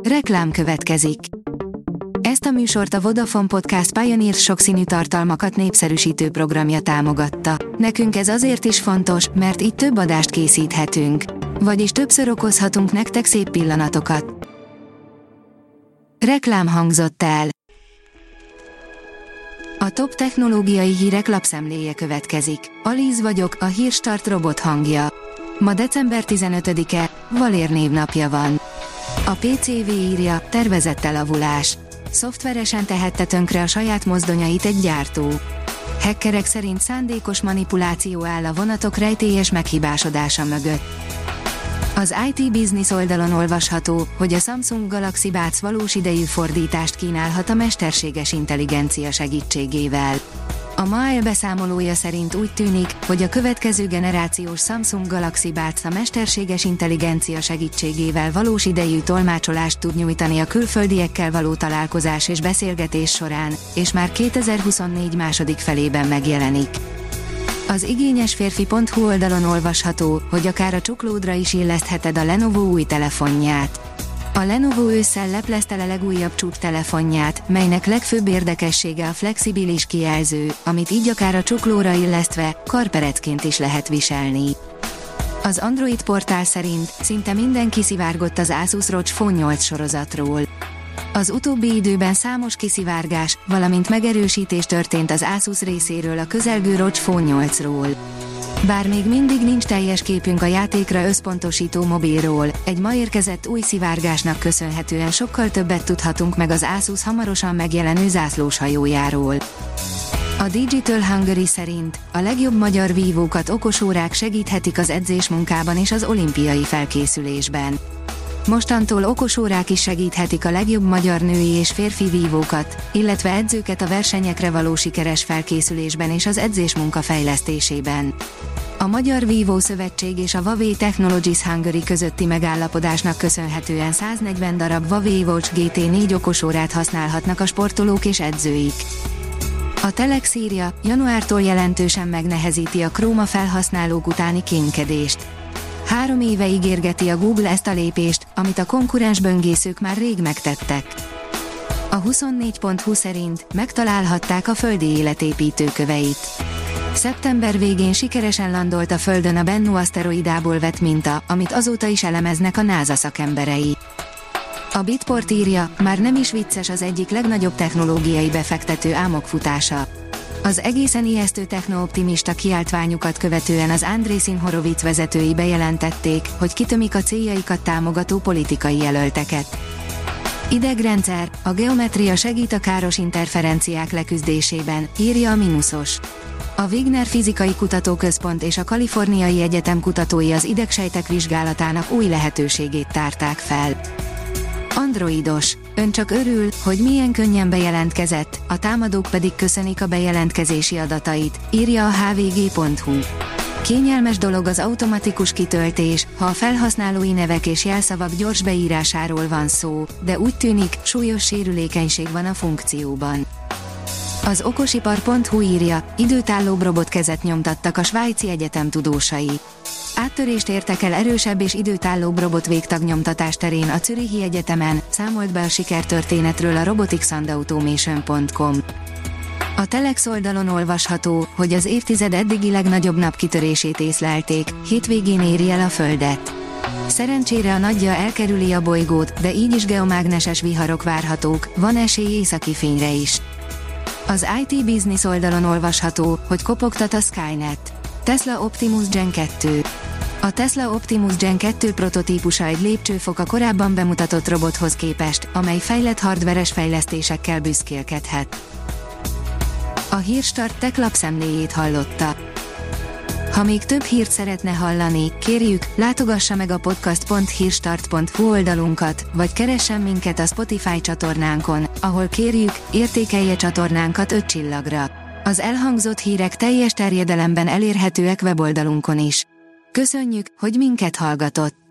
Reklám következik. Ezt a műsort a Vodafone Podcast Pioneer sokszínű tartalmakat népszerűsítő programja támogatta. Nekünk ez azért is fontos, mert így több adást készíthetünk. Vagyis többször okozhatunk nektek szép pillanatokat. Reklám hangzott el. A top technológiai hírek lapszemléje következik. Alíz vagyok, a Hírstart robot hangja. Ma december 15-e, Valér névnapja van. A PCV írja, tervezett elavulás. Szoftveresen tehette tönkre a saját mozdonyait egy gyártó. Hackerek szerint szándékos manipuláció áll a vonatok rejtélyes meghibásodása mögött. Az IT Business oldalon olvasható, hogy a Samsung Galaxy Buds valós idejű fordítást kínálhat a mesterséges intelligencia segítségével. A MAEL beszámolója szerint úgy tűnik, hogy a következő generációs Samsung Galaxy Buds a mesterséges intelligencia segítségével valós idejű tolmácsolást tud nyújtani a külföldiekkel való találkozás és beszélgetés során, és már 2024 második felében megjelenik. Az igényesférfi.hu oldalon olvasható, hogy akár a csuklódra is illesztheted a Lenovo új telefonját. A Lenovo ősszel leplezte le legújabb csúcstelefonját, melynek legfőbb érdekessége a flexibilis kijelző, amit így akár a csuklóra illesztve, karperecként is lehet viselni. Az Android portál szerint szinte mindenki kiszivárgott az Asus ROG Phone 8 sorozatról. Az utóbbi időben számos kiszivárgás, valamint megerősítés történt az Asus részéről a közelgő ROG Phone 8-ról. Bár még mindig nincs teljes képünk a játékra összpontosító mobilról, egy ma érkezett új szivárgásnak köszönhetően sokkal többet tudhatunk meg az Asus hamarosan megjelenő zászlós hajójáról. A Digital Hungary szerint a legjobb magyar vívókat okosórák segíthetik az edzésmunkában és az olimpiai felkészülésben. Mostantól okosórák is segíthetik a legjobb magyar női és férfi vívókat, illetve edzőket a versenyekre való sikeres felkészülésben és az edzésmunka fejlesztésében. A Magyar Vívó Szövetség és a Huawei Technologies Hungary közötti megállapodásnak köszönhetően 140 darab Huawei Watch GT4 okosórát használhatnak a sportolók és edzőik. A Telex írja, januártól jelentősen megnehezíti a Chrome felhasználók utáni kémkedést. 3 éve ígérgeti a Google ezt a lépést, amit a konkurens böngészők már rég megtettek. A 24.hu szerint megtalálhatták a földi élet építőköveit. Szeptember végén sikeresen landolt a Földön a Bennu aszteroidából vett minta, amit azóta is elemeznek a NASA szakemberei. A Bitport írja, már nem is vicces az egyik legnagyobb technológiai befektető álmokfutása. Az egészen ijesztő technooptimista kiáltványukat követően az Andreessen Horowitz vezetői bejelentették, hogy kitömik a céljaikat támogató politikai jelölteket. Idegrendszer, a geometria segít a káros interferenciák leküzdésében, írja a Minusos. A Wigner Fizikai Kutatóközpont és a Kaliforniai Egyetem kutatói az idegsejtek vizsgálatának új lehetőségét tárták fel. Androidos. Ön csak örül, hogy milyen könnyen bejelentkezett, a támadók pedig köszönik a bejelentkezési adatait, írja a hvg.hu. Kényelmes dolog az automatikus kitöltés, ha a felhasználói nevek és jelszavak gyors beírásáról van szó, de úgy tűnik, súlyos sérülékenység van a funkcióban. Az okosipar.hu írja, időtállóbb robotkezet nyomtattak a svájci egyetem tudósai. Áttörést értek el erősebb és időtállóbb robotvégtagnyomtatás terén a Zürichi Egyetemen, számolt be a sikertörténetről a roboticsandautomation.com. A Telex oldalon olvasható, hogy az évtized eddigi legnagyobb napkitörését észlelték, hétvégén éri el a Földet. Szerencsére a nagyja elkerüli a bolygót, de így is geomágneses viharok várhatók, van esély északi fényre is. Az IT Business oldalon olvasható, hogy kopogtat a Skynet. Tesla Optimus Gen 2. A Tesla Optimus Gen 2 prototípusa egy lépcsőfok a korábban bemutatott robothoz képest, amely fejlett hardveres fejlesztésekkel büszkélkedhet. A Hírstart Tech lapszemléjét hallotta. Ha még több hírt szeretne hallani, kérjük, látogassa meg a podcast.hírstart.hu oldalunkat, vagy keressen minket a Spotify csatornánkon, ahol kérjük, értékelje csatornánkat 5 csillagra. Az elhangzott hírek teljes terjedelemben elérhetőek weboldalunkon is. Köszönjük, hogy minket hallgatott!